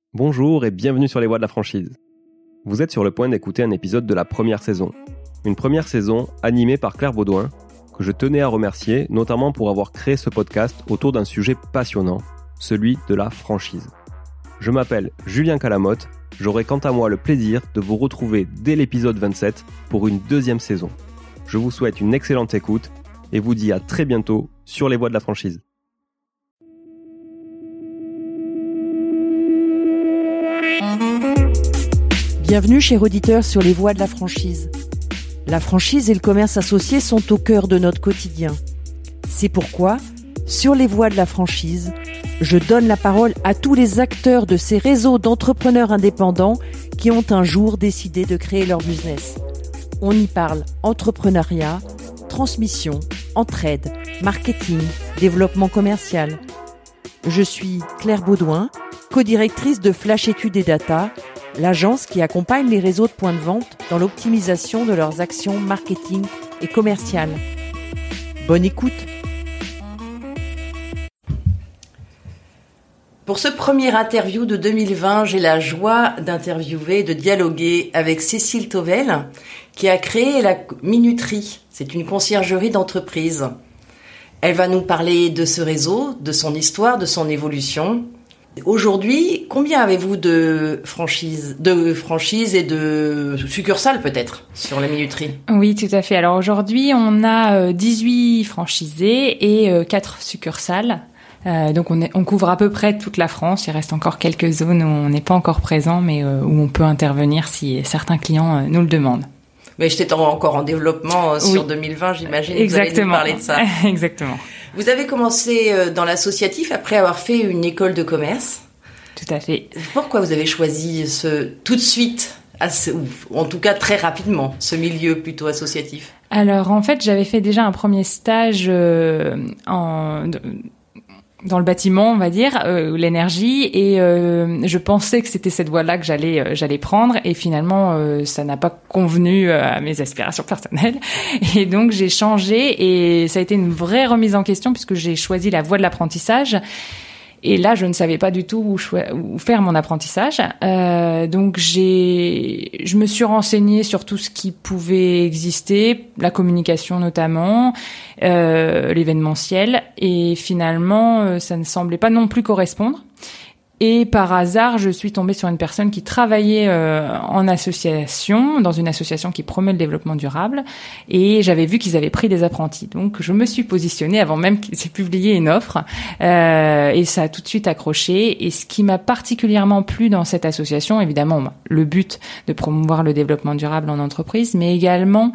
Bonjour et bienvenue sur les voies de la franchise. Vous êtes sur le point d'écouter un épisode de la première saison. Une première saison animée par Claire Baudouin, que je tenais à remercier, notamment pour avoir créé ce podcast autour d'un sujet passionnant, celui de la franchise. Je m'appelle Julien Calamotte, j'aurai quant à moi le plaisir de vous retrouver dès l'épisode 27 pour une deuxième saison. Je vous souhaite une excellente écoute et vous dis à très bientôt sur les voies de la franchise. Bienvenue chers auditeurs sur les voies de la franchise. La franchise et le commerce associé sont au cœur de notre quotidien. C'est pourquoi, sur les voies de la franchise, je donne la parole à tous les acteurs de ces réseaux d'entrepreneurs indépendants qui ont un jour décidé de créer leur business. On y parle entrepreneuriat, transmission, entraide, marketing, développement commercial. Je suis Claire Baudouin, co-directrice de Flash Études et Data, l'agence qui accompagne les réseaux de points de vente dans l'optimisation de leurs actions marketing et commerciales. Bonne écoute. Pour ce premier interview de 2020, j'ai la joie d'interviewer, de dialoguer avec Cécile Tovel, qui a créé la Minuterie. C'est une conciergerie d'entreprise. Elle va nous parler de ce réseau, de son histoire, de son évolution. Aujourd'hui, combien avez-vous de franchises et de succursales peut-être sur la Minuterie ? Oui, tout à fait. Alors aujourd'hui, on a 18 franchisés et 4 succursales. Donc on couvre à peu près toute la France. Il reste encore quelques zones où on n'est pas encore présent, mais où on peut intervenir si certains clients nous le demandent. Mais j'étais encore en développement sur 2020, j'imagine. Exactement. Vous allez nous parler de ça. Exactement. Vous avez commencé dans l'associatif après avoir fait une école de commerce. Tout à fait. Pourquoi vous avez choisi tout de suite, ou en tout cas très rapidement, ce milieu plutôt associatif ? Alors en fait, j'avais fait déjà un premier stage dans le bâtiment, on va dire, l'énergie, et je pensais que c'était cette voie-là que j'allais prendre, et finalement ça n'a pas convenu à mes aspirations personnelles, et donc j'ai changé, et ça a été une vraie remise en question puisque j'ai choisi la voie de l'apprentissage. Et là, je ne savais pas du tout où faire mon apprentissage. Donc, je me suis renseignée sur tout ce qui pouvait exister, la communication notamment, l'événementiel. Et finalement, ça ne semblait pas non plus correspondre. Et par hasard, je suis tombée sur une personne qui travaillait en association, dans une association qui promeut le développement durable, et j'avais vu qu'ils avaient pris des apprentis. Donc, je me suis positionnée avant même qu'ils aient publié une offre, et ça a tout de suite accroché. Et ce qui m'a particulièrement plu dans cette association, évidemment, le but de promouvoir le développement durable en entreprise, mais également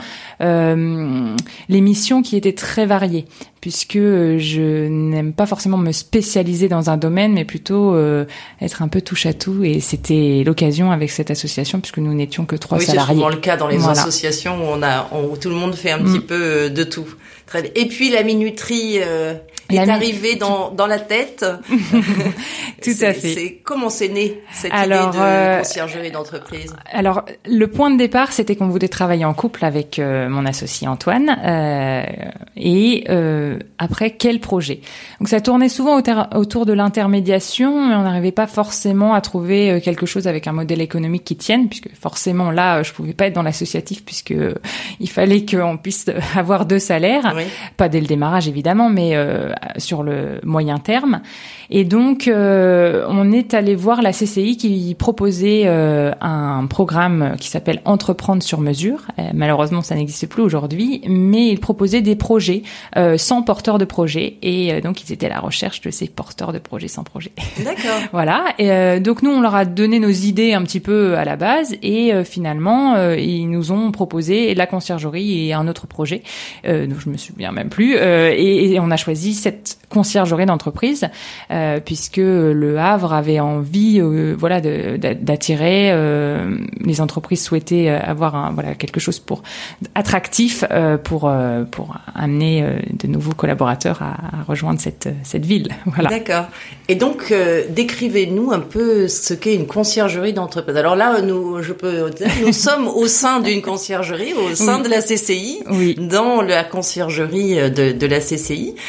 les missions qui étaient très variées, puisque je n'aime pas forcément me spécialiser dans un domaine, mais plutôt être un peu touche à tout. Et c'était l'occasion avec cette association, puisque nous n'étions que 3 salariés. Oui, c'est souvent le cas dans les associations où tout le monde fait un petit peu de tout. Très bien. Et puis la minuterie est arrivée dans la tête. Tout à fait. Comment c'est né cette idée de conciergerie d'entreprise ? Alors, le point de départ, c'était qu'on voulait travailler en couple avec mon associé Antoine. Et après, quel projet ? Donc, ça tournait souvent autour de l'intermédiation, mais on n'arrivait pas forcément à trouver quelque chose avec un modèle économique qui tienne, puisque forcément, là, je pouvais pas être dans l'associatif, puisque il fallait qu'on puisse avoir 2 salaires. Oui. Pas dès le démarrage, évidemment, mais sur le moyen terme. Et donc, on est allé voir la CCI qui proposait un programme qui s'appelle Entreprendre sur mesure. Malheureusement, ça n'existe plus aujourd'hui, mais il proposait des projets sans porteurs de projet. Et donc, ils étaient à la recherche de ces porteurs de projets sans projet. D'accord. Voilà. Et donc, nous, on leur a donné nos idées un petit peu à la base. Et finalement, ils nous ont proposé la conciergerie et un autre projet. Donc, je me souviens même plus. Et on a choisi cette conciergerie d'entreprise puisque le Havre avait envie d'attirer les entreprises souhaitaient avoir quelque chose pour attractif pour amener de nouveaux collaborateurs à rejoindre cette ville. Voilà. D'accord. Et donc décrivez-nous un peu ce qu'est une conciergerie d'entreprise. Alors là nous sommes au sein d'une conciergerie au sein de la CCI, dans la conciergerie de la CCI. Et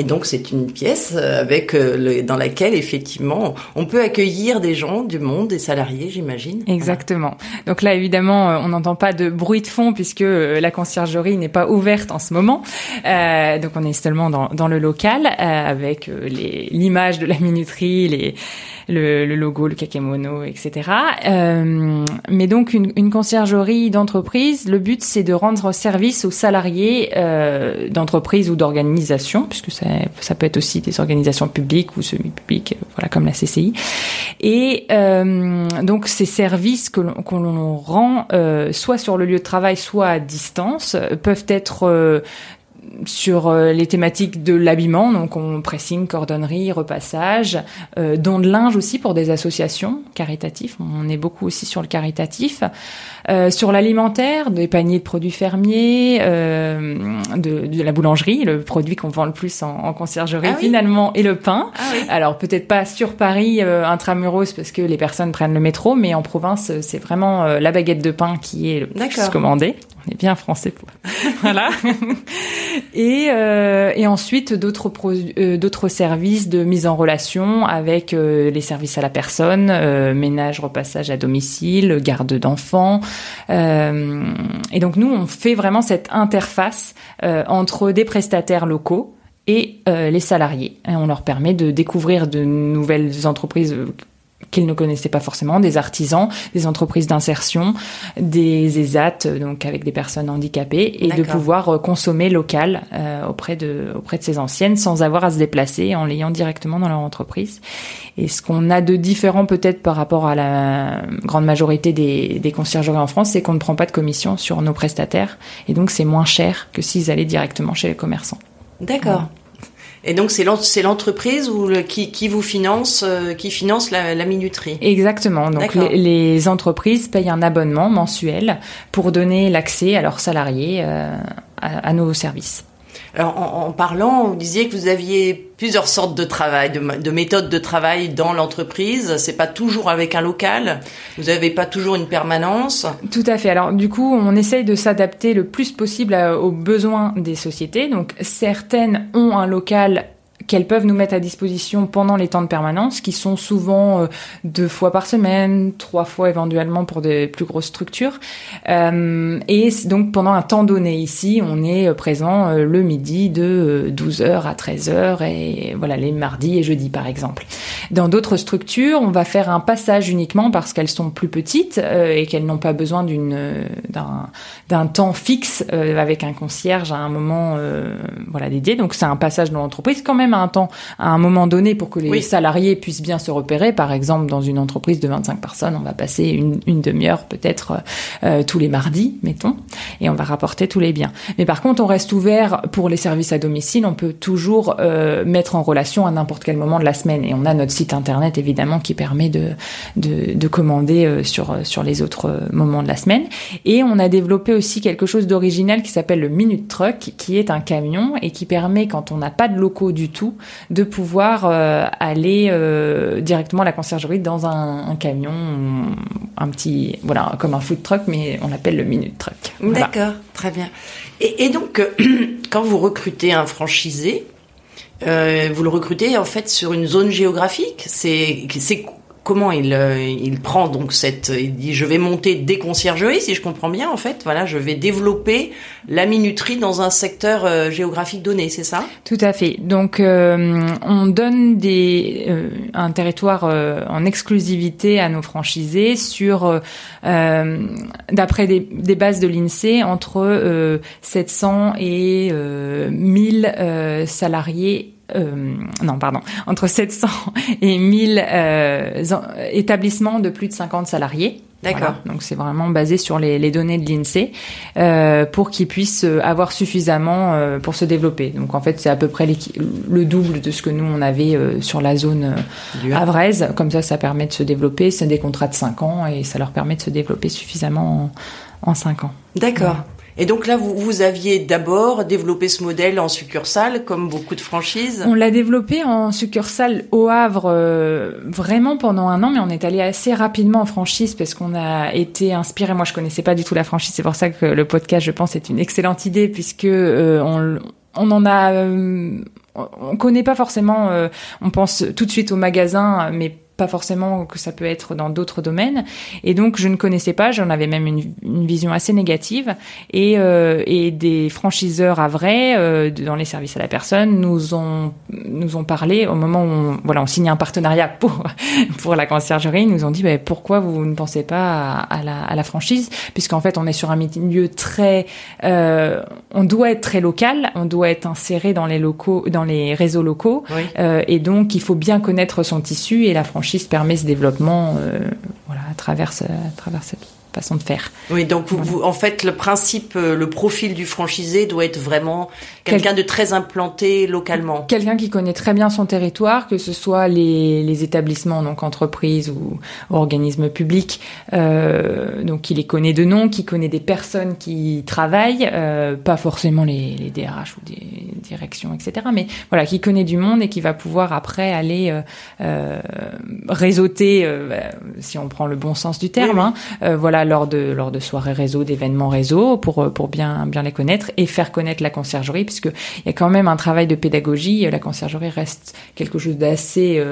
donc c'est une pièce avec dans laquelle effectivement on peut accueillir des gens, du monde, des salariés, j'imagine. Exactement. Voilà. Donc là, évidemment, on n'entend pas de bruit de fond puisque la conciergerie n'est pas ouverte en ce moment. Donc on est seulement dans le local avec l'image de la minuterie, le logo, le kakemono, etc. Mais donc une conciergerie d'entreprise, le but c'est de rendre service aux salariés d'entreprise ou d'organisation, puisque ça peut être aussi des organisations publiques ou semi-publiques, voilà, comme la CCI. Et donc ces services qu'on l'on rend soit sur le lieu de travail, soit à distance, peuvent être sur les thématiques de l'habillement, donc pressing, cordonnerie, repassage, don de linge aussi pour des associations caritatives, on est beaucoup aussi sur le caritatif, sur l'alimentaire, des paniers de produits fermiers, de la boulangerie, le produit qu'on vend le plus en conciergerie finalement est le pain. Alors peut-être pas sur Paris intramuros parce que les personnes prennent le métro, mais en province c'est vraiment la baguette de pain qui est le plus commandée. On est bien français pour voilà. Et ensuite d'autres services de mise en relation avec les services à la personne, ménage, repassage à domicile, garde d'enfants. Et donc nous on fait vraiment cette interface entre des prestataires locaux et les salariés. Et on leur permet de découvrir de nouvelles entreprises qu'ils ne connaissaient pas forcément, des artisans, des entreprises d'insertion, des ESAT, donc avec des personnes handicapées, et de pouvoir consommer local auprès de ces anciennes sans avoir à se déplacer, en l'ayant directement dans leur entreprise. Et ce qu'on a de différent peut-être par rapport à la grande majorité des conciergeries en France, c'est qu'on ne prend pas de commission sur nos prestataires, et donc c'est moins cher que s'ils allaient directement chez les commerçants. D'accord. Voilà. Et donc c'est l'entreprise qui vous finance, qui finance la minuterie. Exactement. Donc les entreprises payent un abonnement mensuel pour donner l'accès à leurs salariés à nos services. Alors en parlant, vous disiez que vous aviez plusieurs sortes de travail, de méthodes de travail dans l'entreprise. C'est pas toujours avec un local. Vous avez pas toujours une permanence. Tout à fait. Alors du coup, on essaye de s'adapter le plus possible aux besoins des sociétés. Donc certaines ont un local qu'elles peuvent nous mettre à disposition pendant les temps de permanence, qui sont souvent 2 fois par semaine, 3 fois éventuellement pour des plus grosses structures. Et donc pendant un temps donné, ici, on est présent le midi de 12h à 13h, et voilà, les mardis et jeudis par exemple. Dans d'autres structures, on va faire un passage uniquement parce qu'elles sont plus petites et qu'elles n'ont pas besoin d'un temps fixe avec un concierge à un moment dédié. Donc c'est un passage dans l'entreprise quand même à un moment donné pour que les salariés puissent bien se repérer. Par exemple, dans une entreprise de 25 personnes, on va passer une demi-heure peut-être tous les mardis, mettons, et on va rapporter tous les biens. Mais par contre, on reste ouvert pour les services à domicile. On peut toujours mettre en relation à n'importe quel moment de la semaine. Et on a notre site internet, évidemment, qui permet de commander sur les autres moments de la semaine. Et on a développé aussi quelque chose d'original qui s'appelle le Minute Truck, qui est un camion et qui permet, quand on n'a pas de locaux du tout, de pouvoir aller directement à la conciergerie dans un camion, un petit, voilà, comme un food truck, mais on l'appelle le Minute Truck. Voilà. D'accord, très bien. Et donc, quand vous recrutez un franchisé, vous le recrutez en fait sur une zone géographique. C'est comment il prend donc il dit je vais monter des conciergeries, si je comprends bien, en fait, voilà, je vais développer la minuterie dans un secteur géographique donné, c'est ça? Tout à fait. Donc on donne un territoire en exclusivité à nos franchisés sur d'après des bases de l'INSEE entre 700 et 1000 salariés. Entre 700 et 1000 établissements de plus de 50 salariés. D'accord. Voilà. Donc c'est vraiment basé sur les données de l'INSEE pour qu'ils puissent avoir suffisamment pour se développer. Donc en fait c'est à peu près le double de ce que nous on avait sur la zone havraise. Comme ça permet de se développer. C'est des contrats de 5 ans et ça leur permet de se développer suffisamment en 5 ans. D'accord. Voilà. Et donc là, vous aviez d'abord développé ce modèle en succursale, comme beaucoup de franchises. On l'a développé en succursale au Havre vraiment pendant 1 an, mais on est allé assez rapidement en franchise parce qu'on a été inspiré. Moi, je connaissais pas du tout la franchise, c'est pour ça que le podcast, je pense, est une excellente idée puisque on en a on connaît pas forcément, on pense tout de suite au magasin, mais pas forcément que ça peut être dans d'autres domaines. Et donc, je ne connaissais pas, j'en avais même une vision assez négative. Et des franchiseurs havrais, dans les services à la personne, nous ont parlé au moment où on signait un partenariat pour la conciergerie. Ils nous ont dit, pourquoi vous ne pensez pas à la franchise? Puisqu'en fait, on est sur un milieu très, on doit être très local, on doit être inséré dans les réseaux locaux. Oui. Et donc, il faut bien connaître son tissu, et la franchise permet ce développement à travers cette façon de faire. Oui, donc vous, en fait, le principe, le profil du franchisé doit être vraiment quelqu'un de très implanté localement. Quelqu'un qui connaît très bien son territoire, que ce soit les établissements, donc entreprises ou organismes publics, donc qui les connaît de nom, qui connaît des personnes qui travaillent, pas forcément les DRH ou des directions, etc., mais voilà, qui connaît du monde et qui va pouvoir après aller réseauter, si on prend le bon sens du terme, oui. Lors de soirées réseau, d'événements réseau, pour bien les connaître et faire connaître la conciergerie, puisque il y a quand même un travail de pédagogie. La conciergerie reste quelque chose d'assez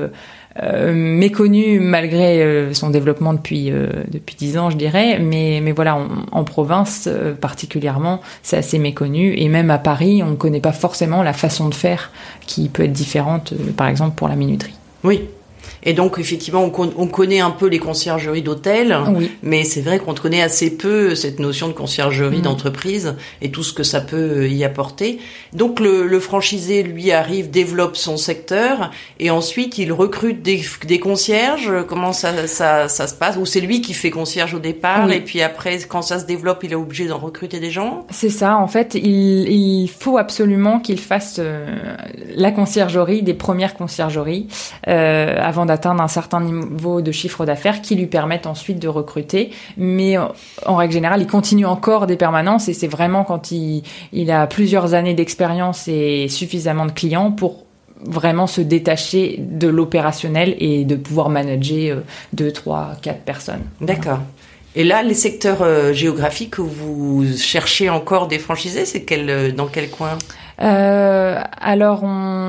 méconnu malgré son développement depuis 10 ans, je dirais, mais voilà, en province particulièrement, c'est assez méconnu, et même à Paris, on ne connaît pas forcément la façon de faire qui peut être différente, par exemple pour la minuterie. Oui. Et donc, effectivement, on connaît un peu les conciergeries d'hôtel, oui. Mais c'est vrai qu'on connaît assez peu cette notion de conciergerie d'entreprise et tout ce que ça peut y apporter. Donc, le franchisé, lui, arrive, développe son secteur, et ensuite, il recrute des concierges. Comment ça se passe? Ou c'est lui qui fait concierge au départ, oui. Et puis après, quand ça se développe, il est obligé d'en recruter des gens? C'est ça. En fait, il faut absolument qu'il fasse la conciergerie, des premières conciergeries, avant d'atteindre un certain niveau de chiffre d'affaires qui lui permettent ensuite de recruter. Mais en règle générale, il continue encore des permanences, et c'est vraiment quand il a plusieurs années d'expérience et suffisamment de clients pour vraiment se détacher de l'opérationnel et de pouvoir manager 2, 3, 4 personnes. D'accord. Et là, les secteurs géographiques où vous cherchez encore des franchisés, c'est dans quel coin? Alors,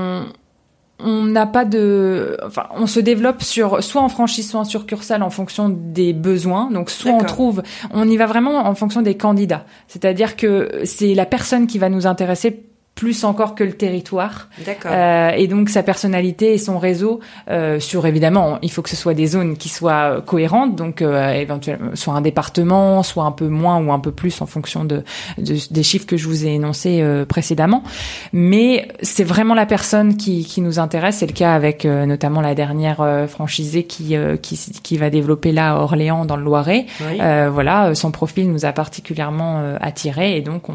on n'a pas on se développe soit en franchise, soit en succursale en fonction des besoins. Donc, soit on y va vraiment en fonction des candidats. C'est-à-dire que c'est la personne qui va nous intéresser plus encore que le territoire. D'accord. Et donc sa personnalité et son réseau évidemment, il faut que ce soit des zones qui soient cohérentes, donc éventuellement soit un département, soit un peu moins ou un peu plus en fonction des chiffres que je vous ai énoncés précédemment. Mais c'est vraiment la personne qui nous intéresse. C'est le cas avec notamment la dernière franchisée qui va développer là à Orléans dans le Loiret. Oui. Son profil nous a particulièrement attirés, et donc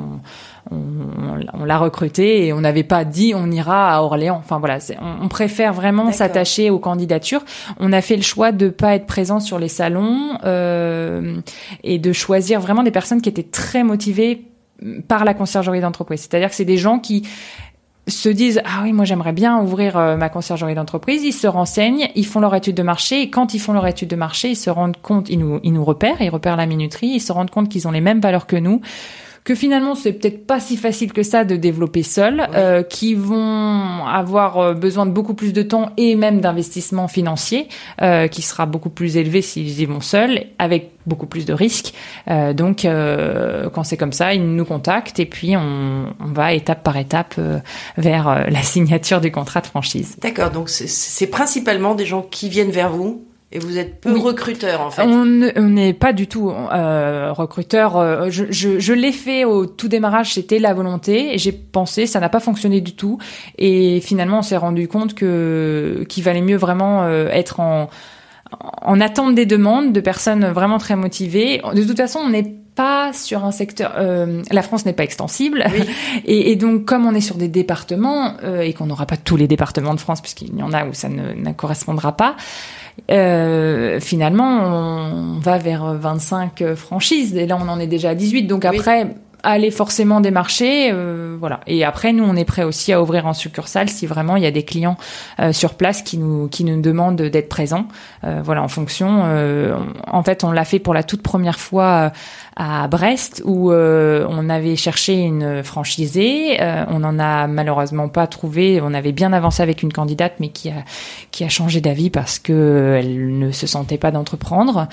on l'a recruté, et on n'avait pas dit on ira à Orléans. Enfin voilà, on préfère vraiment s'attacher aux candidatures. On a fait le choix de pas être présent sur les salons et de choisir vraiment des personnes qui étaient très motivées par la conciergerie d'entreprise. C'est-à-dire que c'est des gens qui se disent « Ah oui, moi j'aimerais bien ouvrir ma conciergerie d'entreprise », ils se renseignent, ils font leur étude de marché, et quand ils font leur étude de marché, ils se rendent compte, ils nous repèrent, ils repèrent la minuterie, ils se rendent compte qu'ils ont les mêmes valeurs que nous, que finalement c'est peut-être pas si facile que ça de développer seul, oui. Qui vont avoir besoin de beaucoup plus de temps et même d'investissement financier, qui sera beaucoup plus élevé s'ils y vont seuls, avec beaucoup plus de risques. Donc quand c'est comme ça, ils nous contactent, et puis on va étape par étape vers la signature du contrat de franchise. D'accord, donc c'est principalement des gens qui viennent vers vous? Et vous êtes peu recruteur, en fait. On n'est pas du tout recruteur. Je l'ai fait au tout démarrage, c'était la volonté, et j'ai pensé, ça n'a pas fonctionné du tout. Et finalement, on s'est rendu compte qu'il valait mieux vraiment être en attente des demandes de personnes vraiment très motivées. De toute façon, on n'est pas sur un secteur. La France n'est pas extensible, oui. et donc comme on est sur des départements et qu'on n'aura pas tous les départements de France, puisqu'il y en a où ça ne correspondra pas. Finalement, on va vers 25 franchises, et là on en est déjà à 18. Donc après, aller forcément démarcher, voilà. Et après, nous, on est prêt aussi à ouvrir en succursale si vraiment il y a des clients sur place qui nous demandent d'être présents. Voilà, en fonction. En fait, on l'a fait pour la toute première fois à Brest où on avait cherché une franchisée. On n'en a malheureusement pas trouvé. On avait bien avancé avec une candidate, mais qui a changé d'avis parce que elle ne se sentait pas d'entreprendre.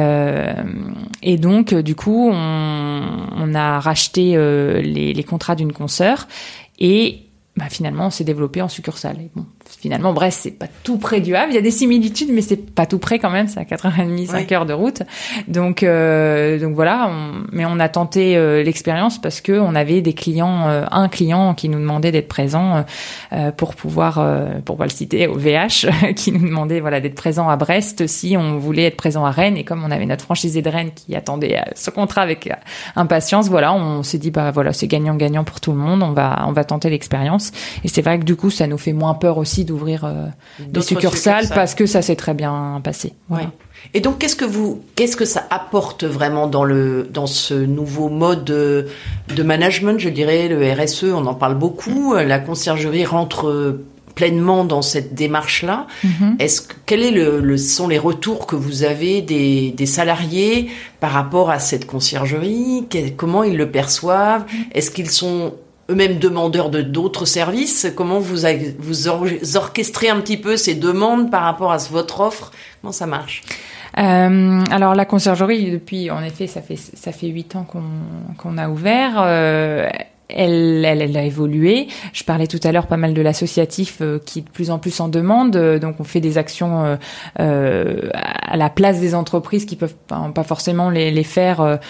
Et donc, du coup, on a racheté les contrats d'une consoeur et finalement, on s'est développé en succursale. Et bon, finalement, Brest, c'est pas tout près du Havre. Il y a des similitudes, mais c'est pas tout près quand même. C'est à 4h30, 5 heures de route. Donc voilà. Mais on a tenté l'expérience parce que on avait des clients, un client qui nous demandait d'être présent pour pouvoir, pour pas le citer, au VH, qui nous demandait d'être présent à Brest si on voulait être présent à Rennes. Et comme on avait notre franchisé de Rennes qui attendait ce contrat avec impatience, on s'est dit c'est gagnant-gagnant pour tout le monde. On va tenter l'expérience. Et c'est vrai que du coup, ça nous fait moins peur aussi d'ouvrir des succursales parce que ça s'est très bien passé. Voilà. Ouais. Et donc, qu'est-ce que ça apporte vraiment dans ce nouveau mode de management, je dirais, le RSE, on en parle beaucoup, la conciergerie rentre pleinement dans cette démarche-là. Mm-hmm. Quels sont les retours que vous avez des salariés par rapport à cette conciergerie? Comment ils le perçoivent? Est-ce qu'ils sont eux-mêmes demandeurs de d'autres services? Comment vous orchestrez un petit peu ces demandes par rapport à votre offre? Comment ça marche? Alors la conciergerie, depuis, en effet, ça fait 8 ans qu'on a ouvert. Elle a évolué. Je parlais tout à l'heure pas mal de l'associatif qui est de plus en plus en demande. Donc on fait des actions à la place des entreprises qui peuvent pas forcément les faire.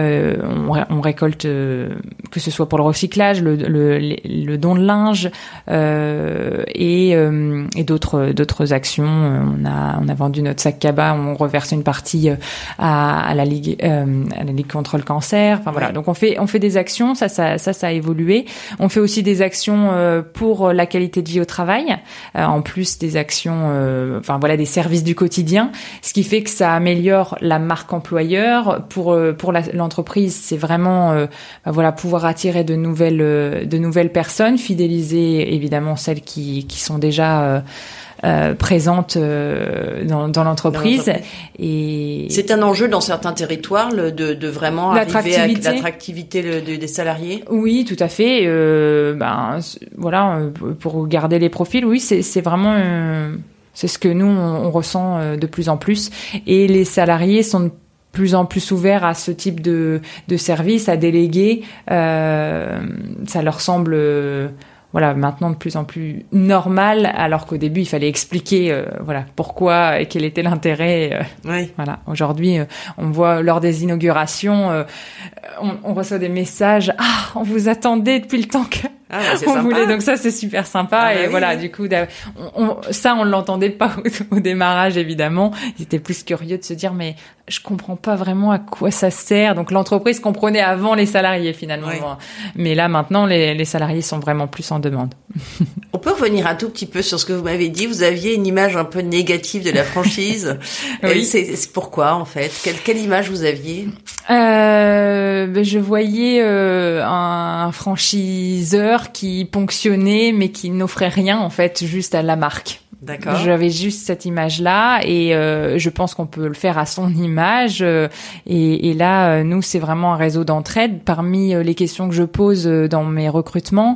On récolte que ce soit pour le recyclage, le don de linge et d'autres actions. On a vendu notre sac cabas. On reverse une partie à la Ligue contre le cancer. Enfin voilà. Donc on fait des actions. Ça a évolué. On fait aussi des actions pour la qualité de vie au travail, en plus des actions, des services du quotidien, ce qui fait que ça améliore la marque employeur pour l'entreprise. C'est vraiment pouvoir attirer de nouvelles personnes, fidéliser évidemment celles qui sont déjà présente dans l'entreprise. Et c'est un enjeu dans certains territoires de vraiment arriver à l'attractivité des salariés. Oui, tout à fait. Pour garder les profils, oui, c'est vraiment c'est ce que nous on ressent de plus en plus. Et les salariés sont de plus en plus ouverts à ce type de service, à déléguer. Ça leur semble maintenant de plus en plus normal, alors qu'au début il fallait expliquer pourquoi et quel était l'intérêt. Oui. Voilà. Aujourd'hui, on voit lors des inaugurations, on reçoit des messages. On vous attendait depuis le temps que on voulait. Donc ça c'est super sympa du coup on l'entendait pas au démarrage évidemment. Ils étaient plus curieux de se dire mais je comprends pas vraiment à quoi ça sert. Donc l'entreprise comprenait avant les salariés finalement. Oui. Mais là maintenant les salariés sont vraiment plus en demande. On peut revenir un tout petit peu sur ce que vous m'avez dit. Vous aviez une image un peu négative de la franchise. Oui. C'est pourquoi en fait? Quelle image vous aviez? Je voyais un franchiseur qui ponctionnait mais qui n'offrait rien en fait, juste à la marque. D'accord. J'avais juste cette image-là et je pense qu'on peut le faire à son image. Et là, nous, c'est vraiment un réseau d'entraide. Parmi les questions que je pose dans mes recrutements,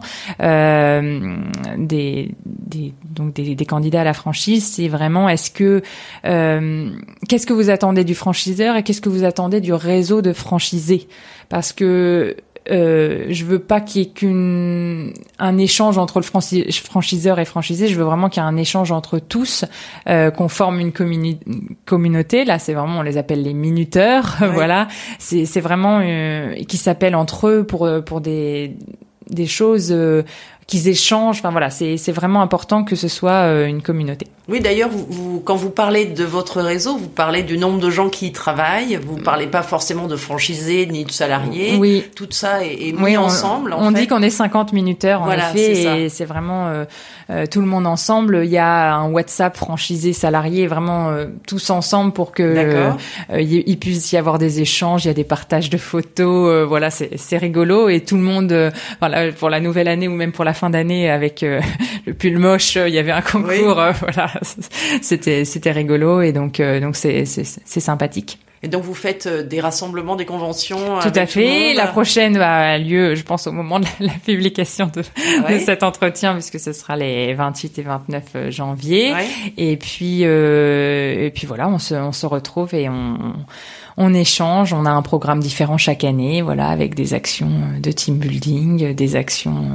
des candidats à la franchise, c'est vraiment qu'est-ce que vous attendez du franchiseur et qu'est-ce que vous attendez du réseau de franchisés? Parce que je veux pas qu'il y ait un échange entre le franchiseur et franchisé. Je veux vraiment qu'il y ait un échange entre tous, qu'on forme une communauté. Là, c'est vraiment, on les appelle les minuteurs. Ouais. Voilà. C'est vraiment qui s'appellent entre eux pour des choses qu'ils échangent. Enfin voilà, c'est vraiment important que ce soit une communauté. Oui, d'ailleurs, quand vous parlez de votre réseau, vous parlez du nombre de gens qui y travaillent. Vous parlez pas forcément de franchisés ni de salariés. Oui. Tout ça est mis ensemble. On dit qu'on est 50 minuteurs, en effet, et c'est vraiment tout le monde ensemble. Il y a un WhatsApp franchisé salarié, vraiment tous ensemble pour que il puisse y avoir des échanges. Il y a des partages de photos. Voilà, c'est rigolo et tout le monde. Voilà, pour la nouvelle année ou même pour la fin d'année avec le pull moche, il y avait un concours. Oui. Voilà, c'était rigolo et donc c'est sympathique. Et donc vous faites des rassemblements, des conventions. Tout à fait. La prochaine va lieu, je pense, au moment de la publication de cet entretien, puisque ce sera les 28 et 29 janvier. Ouais. Et puis voilà, on se retrouve et on échange. On a un programme différent chaque année, voilà, avec des actions de team building, des actions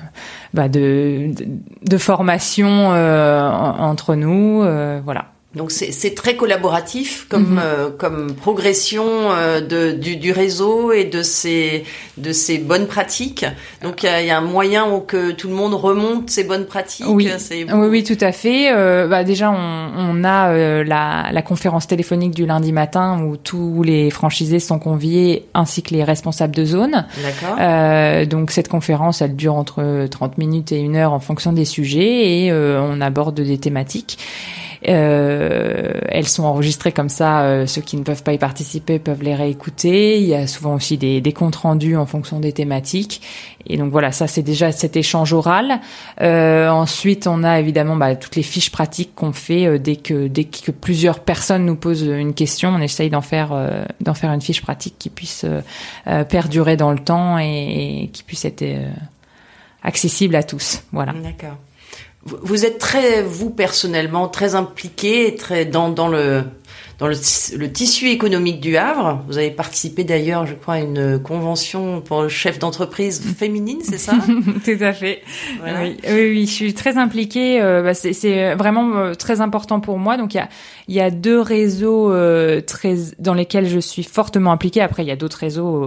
de formation entre nous, voilà. Donc c'est très collaboratif comme comme progression du réseau et de ces bonnes pratiques. Donc il y a un moyen où que tout le monde remonte ces bonnes pratiques. Oui, tout à fait. Déjà on a la conférence téléphonique du lundi matin où tous les franchisés sont conviés ainsi que les responsables de zone. D'accord. Donc cette conférence elle dure entre 30 minutes et 1 heure en fonction des sujets et on aborde des thématiques. Elles sont enregistrées comme ça, ceux qui ne peuvent pas y participer peuvent les réécouter. Il y a souvent aussi des comptes rendus en fonction des thématiques. Et donc voilà, ça c'est déjà cet échange oral. Ensuite, on a évidemment toutes les fiches pratiques qu'on fait dès que plusieurs personnes nous posent une question. On essaye d'en faire une fiche pratique qui puisse perdurer dans le temps et qui puisse être accessible à tous. Voilà. D'accord. Vous êtes vous personnellement, très impliqué, très dans le tissu économique du Havre. Vous avez participé d'ailleurs, je crois, à une convention pour chef d'entreprise féminine, c'est ça? Tout à fait. Voilà. Oui, je suis très impliquée. C'est vraiment très important pour moi. Donc il y a 2 réseaux dans lesquels je suis fortement impliquée. Après, il y a d'autres réseaux.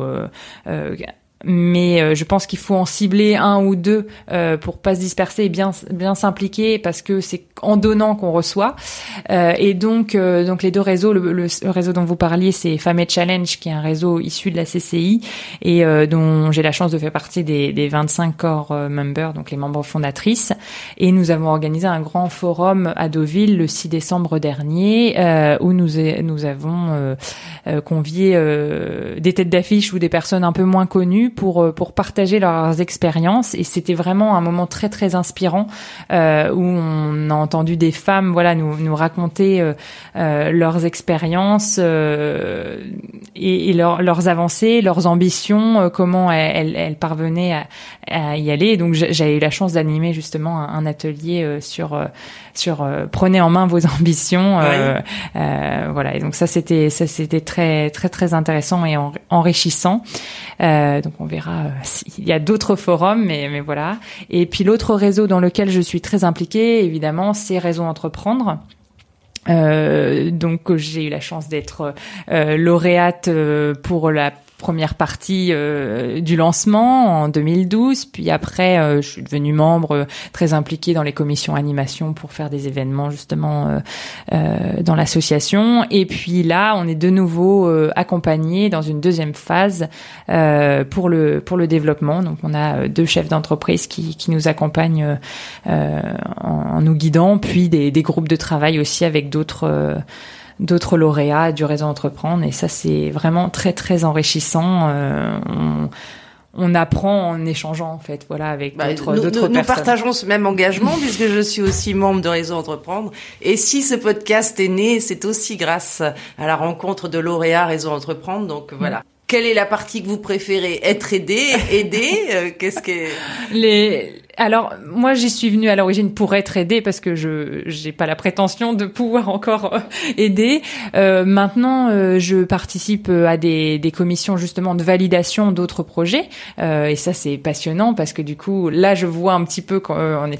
Mais je pense qu'il faut en cibler 1 ou 2 pour pas se disperser et bien s'impliquer parce que c'est en donnant qu'on reçoit. Et donc les 2 réseaux, le réseau dont vous parliez, c'est Femmes et Challenge, qui est un réseau issu de la CCI et dont j'ai la chance de faire partie des 25 core members, donc les membres fondatrices. Et nous avons organisé un grand forum à Deauville le 6 décembre dernier où nous avons convié des têtes d'affiche ou des personnes un peu moins connues pour partager leurs expériences, et c'était vraiment un moment très très inspirant où on a entendu des femmes nous raconter leurs expériences et leurs avancées, leurs ambitions, comment elles parvenaient à y aller. Et donc j'ai eu la chance d'animer justement un atelier sur prenez en main vos ambitions. Voilà, et donc ça c'était très très très intéressant et enrichissant. Donc on verra s'il y a d'autres forums, mais voilà. Et puis l'autre réseau dans lequel je suis très impliquée, évidemment, c'est Réseau Entreprendre. Donc j'ai eu la chance d'être lauréate pour la première partie du lancement en 2012, puis après je suis devenue membre très impliquée dans les commissions animation pour faire des événements justement dans l'association, et puis là on est de nouveau accompagné dans une deuxième phase pour le développement. Donc on a 2 chefs d'entreprise qui nous accompagnent en nous guidant, puis des groupes de travail aussi avec d'autres lauréats du réseau Entreprendre, et ça c'est vraiment très très enrichissant. On apprend en échangeant en fait, voilà, avec d'autres personnes. Nous partageons ce même engagement puisque je suis aussi membre de Réseau Entreprendre, et si ce podcast est né, c'est aussi grâce à la rencontre de lauréats Réseau Entreprendre. Donc voilà. Quelle est la partie que vous préférez? Être aidé, aider? Qu'est-ce que... Alors, moi, j'y suis venue à l'origine pour être aidée parce que j'ai pas la prétention de pouvoir encore aider. Maintenant, je participe à des commissions justement de validation d'autres projets. Et ça, c'est passionnant parce que du coup, là, je vois un petit peu, en effet,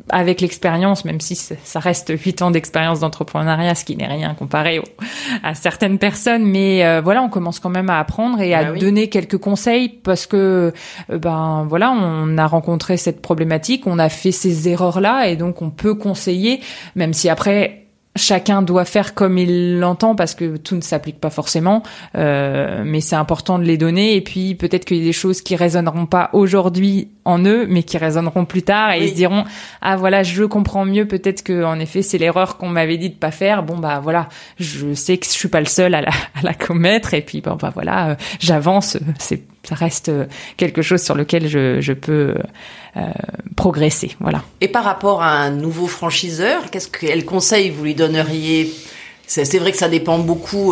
avec l'expérience, même si ça reste 8 ans d'expérience d'entrepreneuriat, ce qui n'est rien comparé à certaines personnes, mais voilà, on commence quand même à apprendre et à donner quelques conseils parce que voilà, on a rencontré cette problématique, on a fait ces erreurs-là et donc on peut conseiller, même si après chacun doit faire comme il l'entend parce que tout ne s'applique pas forcément, mais c'est important de les donner et puis peut-être qu'il y a des choses qui résonneront pas aujourd'hui en eux, mais qui résonneront plus tard et ils se diront ah voilà, je comprends mieux, peut-être que en effet c'est l'erreur qu'on m'avait dit de pas faire. Bon bah voilà, je sais que je suis pas le seul à la commettre et puis voilà, j'avance. Ça reste quelque chose sur lequel je peux progresser, voilà. Et par rapport à un nouveau franchiseur, quel conseil vous lui donneriez? C'est vrai que ça dépend beaucoup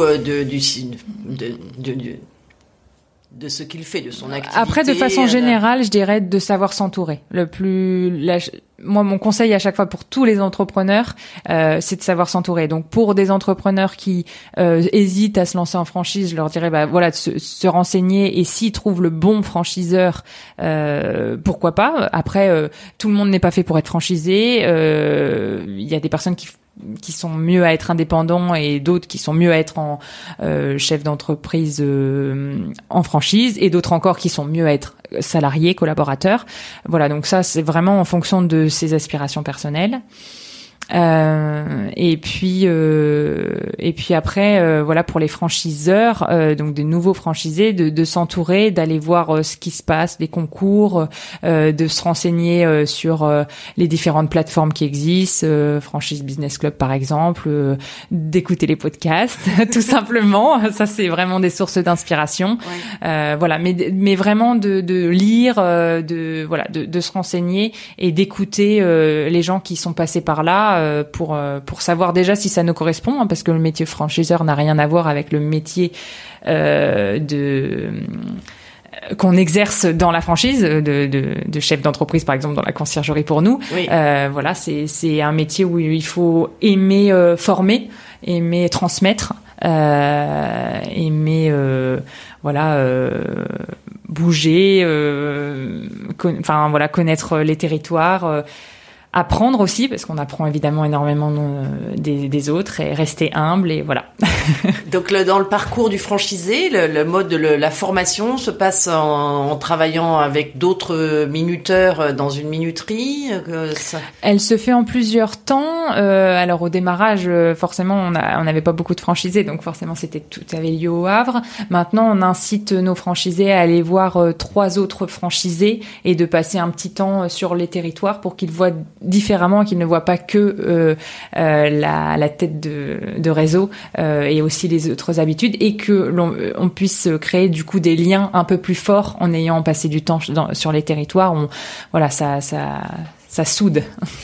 de ce qu'il fait, de son activité. Après, de façon générale, je dirais de savoir s'entourer. Moi, mon conseil à chaque fois pour tous les entrepreneurs, c'est de savoir s'entourer. Donc, pour des entrepreneurs qui hésitent à se lancer en franchise, je leur dirais, voilà, de se renseigner et s'ils trouvent le bon franchiseur, pourquoi pas. Après, tout le monde n'est pas fait pour être franchisé. Il y a des personnes qui sont mieux à être indépendants et d'autres qui sont mieux à être en chef d'entreprise en franchise et d'autres encore qui sont mieux à être salariés, collaborateurs. Voilà, donc ça c'est vraiment en fonction de ses aspirations personnelles. Et puis après voilà, pour les franchiseurs, donc des nouveaux franchisés, de s'entourer, d'aller voir ce qui se passe, des concours, de se renseigner sur les différentes plateformes qui existent, Franchise Business Club par exemple, d'écouter les podcasts tout simplement. Ça c'est vraiment des sources d'inspiration. Voilà, mais vraiment de lire, de se renseigner et d'écouter les gens qui sont passés par là. Pour savoir déjà si ça nous correspond, parce que le métier franchiseur n'a rien à voir avec le métier qu'on exerce dans la franchise de chef d'entreprise, par exemple dans la conciergerie pour nous. Voilà, c'est un métier où il faut aimer former, aimer transmettre, aimer bouger, connaître les territoires. Apprendre aussi, parce qu'on apprend évidemment énormément des autres, et rester humble, et voilà. Donc dans le parcours du franchisé, le mode de la formation se passe en travaillant avec d'autres minuteurs dans une minuterie. Elle se fait en plusieurs temps. Alors au démarrage, forcément, on n'avait pas beaucoup de franchisés, donc forcément tout avait lieu au Havre. Maintenant, on incite nos franchisés à aller voir 3 autres franchisés et de passer un petit temps sur les territoires pour qu'ils voient différemment, qu'ils ne voient pas que la tête de réseau et aussi les autres habitudes, et que on puisse créer du coup des liens un peu plus forts en ayant passé du temps sur les territoires. Ça soude.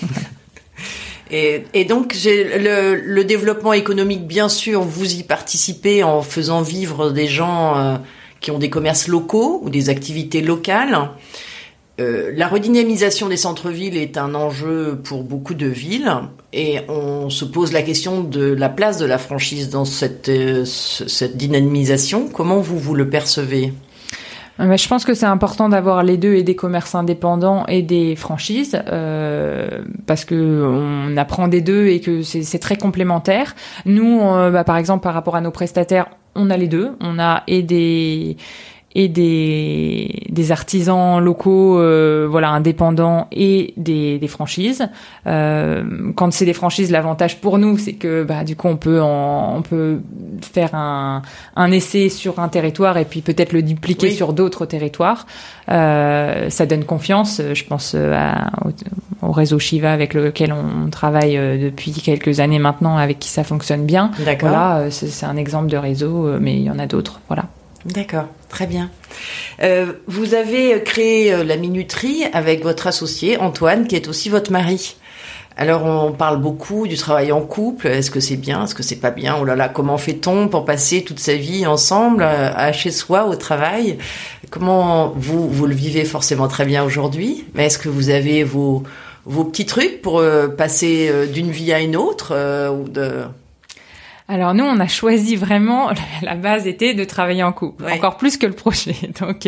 Et donc le développement économique, bien sûr, vous y participez en faisant vivre des gens qui ont des commerces locaux ou des activités locales. La redynamisation des centres-villes est un enjeu pour beaucoup de villes et on se pose la question de la place de la franchise dans cette dynamisation. Comment vous le percevez ? Je pense que c'est important d'avoir les deux, et des commerces indépendants et des franchises, parce que on apprend des deux et que c'est très complémentaire. Nous, par exemple, par rapport à nos prestataires, on a les deux. On a des artisans locaux, indépendants, et des franchises. Quand c'est des franchises, l'avantage pour nous, c'est que du coup on peut faire un essai sur un territoire et puis peut-être le dupliquer sur d'autres territoires. Ça donne confiance. Je pense au réseau Shiva avec lequel on travaille depuis quelques années maintenant, avec qui ça fonctionne bien. D'accord. Voilà, c'est un exemple de réseau, mais il y en a d'autres. Voilà. D'accord, très bien. Vous avez créé la minuterie avec votre associé Antoine, qui est aussi votre mari. Alors on parle beaucoup du travail en couple. Est-ce que c'est bien ? Est-ce que c'est pas bien ? Oh là là, comment fait-on pour passer toute sa vie ensemble, chez soi, au travail ? Comment vous le vivez forcément très bien aujourd'hui, mais est-ce que vous avez vos petits trucs pour passer d'une vie à une autre Alors nous, on a choisi vraiment, la base était de travailler en couple, encore plus que le projet. Donc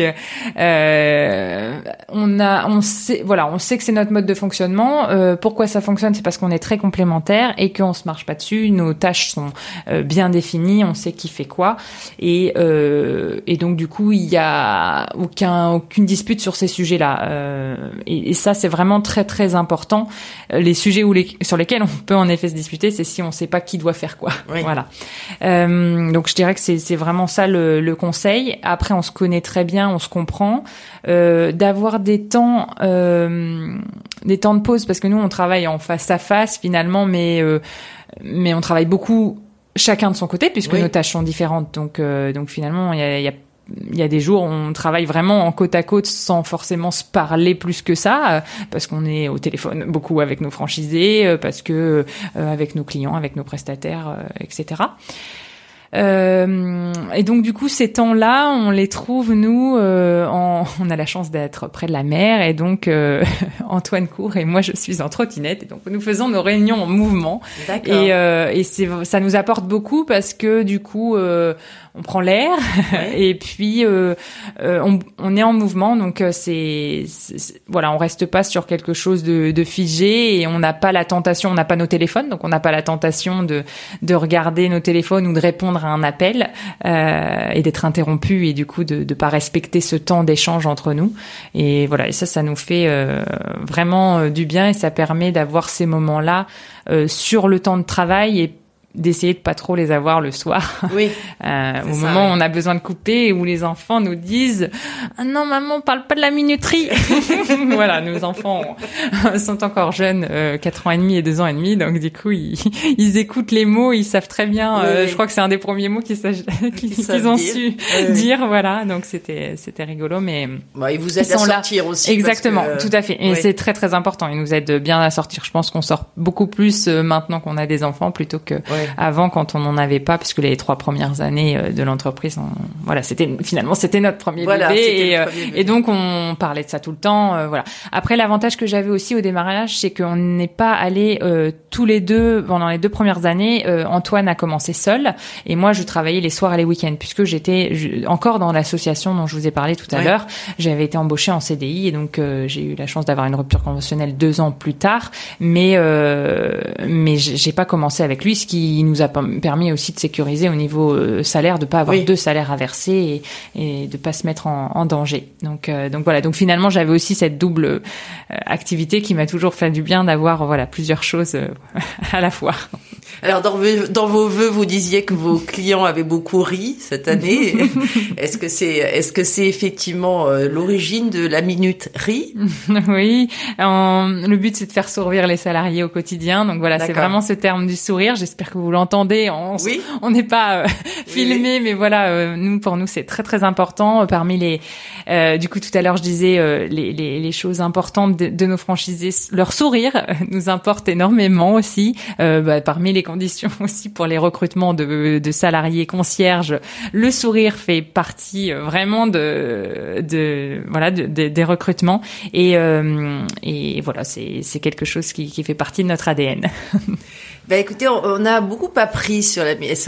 on sait que c'est notre mode de fonctionnement. Pourquoi ça fonctionne, c'est parce qu'on est très complémentaires et qu'on se marche pas dessus. Nos tâches sont bien définies, on sait qui fait quoi, et donc du coup il y a aucune dispute sur ces sujets-là. Et ça c'est vraiment très très important. Les sujets sur lesquels on peut en effet se disputer, c'est si on sait pas qui doit faire quoi. Oui. Voilà. Donc je dirais que c'est vraiment ça le conseil. Après, on se connaît très bien, on se comprend. D'avoir des temps de pause, parce que nous on travaille en face à face finalement, mais on travaille beaucoup chacun de son côté puisque nos tâches sont différentes. Donc finalement il y a des jours où on travaille vraiment en côte à côte sans forcément se parler plus que ça, parce qu'on est au téléphone beaucoup avec nos franchisés, parce que avec nos clients, avec nos prestataires, etc. Et donc du coup ces temps-là, on les trouve nous, on a la chance d'être près de la mer, et donc Antoine court et moi je suis en trottinette, et donc nous faisons nos réunions en mouvement. D'accord. Et ça nous apporte beaucoup parce que du coup on prend l'air et puis on est en mouvement, donc voilà, on reste pas sur quelque chose de figé, et on n'a pas la tentation, on n'a pas nos téléphones, donc on n'a pas la tentation de regarder nos téléphones ou de répondre à un appel et d'être interrompu, et du coup de pas respecter ce temps d'échange entre nous. Et voilà, et ça nous fait vraiment du bien, et ça permet d'avoir ces moments-là sur le temps de travail, et d'essayer de pas trop les avoir le soir. Oui. Au moment où on a besoin de couper, où les enfants nous disent « Ah non, maman, parle pas de la minuterie !» Voilà, nos enfants sont encore jeunes, 4 ans et demi et 2 ans et demi, donc du coup, ils écoutent les mots, ils savent très bien. Je crois que c'est un des premiers mots qu'ils ont su dire, voilà. Donc c'était rigolo, mais ils vous aident à sortir aussi. Exactement, tout à fait. Et c'est très très important. Ils nous aident bien à sortir. Je pense qu'on sort beaucoup plus maintenant qu'on a des enfants plutôt que avant, quand on n'en avait pas, parce que les 3 premières années de l'entreprise, c'était notre premier bébé, et donc on parlait de ça tout le temps. Voilà. Après, l'avantage que j'avais aussi au démarrage, c'est qu'on n'est pas allés tous les deux pendant les 2 premières années. Antoine a commencé seul, et moi je travaillais les soirs et les week-ends, puisque j'étais encore dans l'association dont je vous ai parlé tout à l'heure. J'avais été embauchée en CDI, et donc j'ai eu la chance d'avoir une rupture conventionnelle 2 ans plus tard, mais j'ai pas commencé avec lui, ce qui nous a permis aussi de sécuriser au niveau salaire, de pas avoir 2 salaires à verser, et de pas se mettre en danger. Donc voilà. Donc finalement, j'avais aussi cette double activité qui m'a toujours fait du bien d'avoir plusieurs choses à la fois. Alors dans vos vœux, vous disiez que vos clients avaient beaucoup ri cette année. Est-ce que c'est effectivement l'origine de la minute ri? Oui. Le but, c'est de faire sourire les salariés au quotidien. Donc voilà, c'est vraiment ce terme du sourire. J'espère que vous l'entendez. On n'est pas filmé, mais voilà, pour nous, c'est très très important. Parmi du coup, tout à l'heure, je disais les choses importantes de nos franchisés, leur sourire nous importe énormément aussi. Parmi les conditions aussi pour les recrutements de salariés concierges, le sourire fait partie vraiment des recrutements, et voilà, c'est quelque chose qui fait partie de notre ADN. Écoutez, on a beaucoup appris sur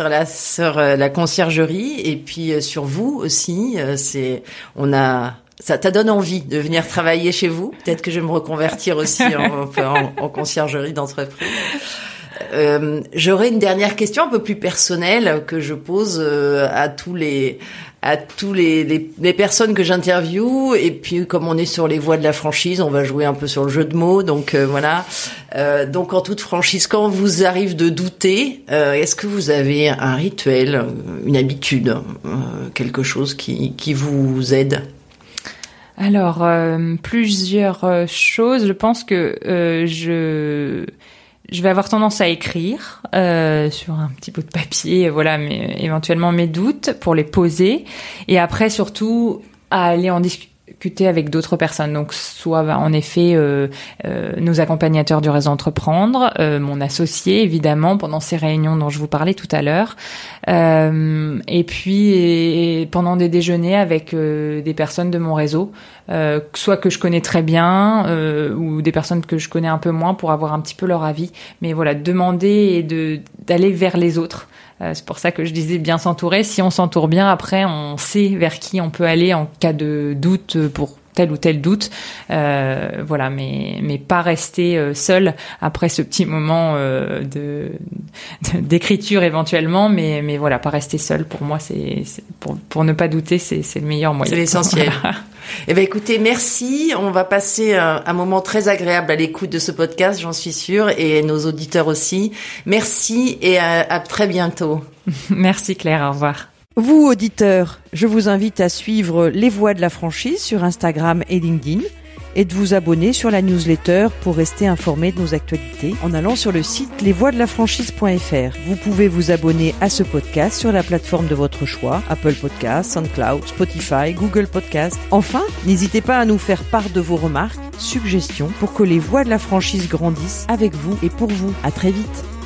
la conciergerie, et puis sur vous aussi. Ça t'a donné envie de venir travailler chez vous. Peut-être que je vais me reconvertir aussi en conciergerie d'entreprise. J'aurais une dernière question un peu plus personnelle que je pose à tous les personnes que j'interviewe, et puis comme on est sur les voies de la franchise, on va jouer un peu sur le jeu de mots, donc voilà. Donc en toute franchise, quand vous arrive de douter, est-ce que vous avez un rituel, une habitude, quelque chose qui vous aide? Alors plusieurs choses. Je pense que je vais avoir tendance à écrire sur un petit bout de papier, voilà, mais éventuellement mes doutes pour les poser, et après surtout à aller en discuter avec d'autres personnes. Donc soit en effet nos accompagnateurs du réseau Entreprendre, mon associé évidemment pendant ces réunions dont je vous parlais tout à l'heure, et puis pendant des déjeuners avec des personnes de mon réseau, soit que je connais très bien ou des personnes que je connais un peu moins, pour avoir un petit peu leur avis. Mais voilà, demander et d'aller vers les autres. C'est pour ça que je disais bien s'entourer. Si on s'entoure bien, après, on sait vers qui on peut aller en cas de doute pour tel ou tel doute, voilà, mais pas rester seul après ce petit moment d'écriture éventuellement, mais voilà, pas rester seul. Pour moi, c'est pour ne pas douter, c'est le meilleur moyen. C'est l'essentiel. Voilà. Eh ben écoutez, merci. On va passer un moment très agréable à l'écoute de ce podcast, j'en suis sûre, et nos auditeurs aussi. Merci et à très bientôt. Merci Claire, au revoir. Vous, auditeurs, je vous invite à suivre Les Voix de la franchise sur Instagram et LinkedIn et de vous abonner sur la newsletter pour rester informé de nos actualités en allant sur le site lesvoixdelafranchise.fr. Vous pouvez vous abonner à ce podcast sur la plateforme de votre choix, Apple Podcasts, SoundCloud, Spotify, Google Podcasts. Enfin, n'hésitez pas à nous faire part de vos remarques, suggestions pour que les voix de la franchise grandissent avec vous et pour vous. À très vite.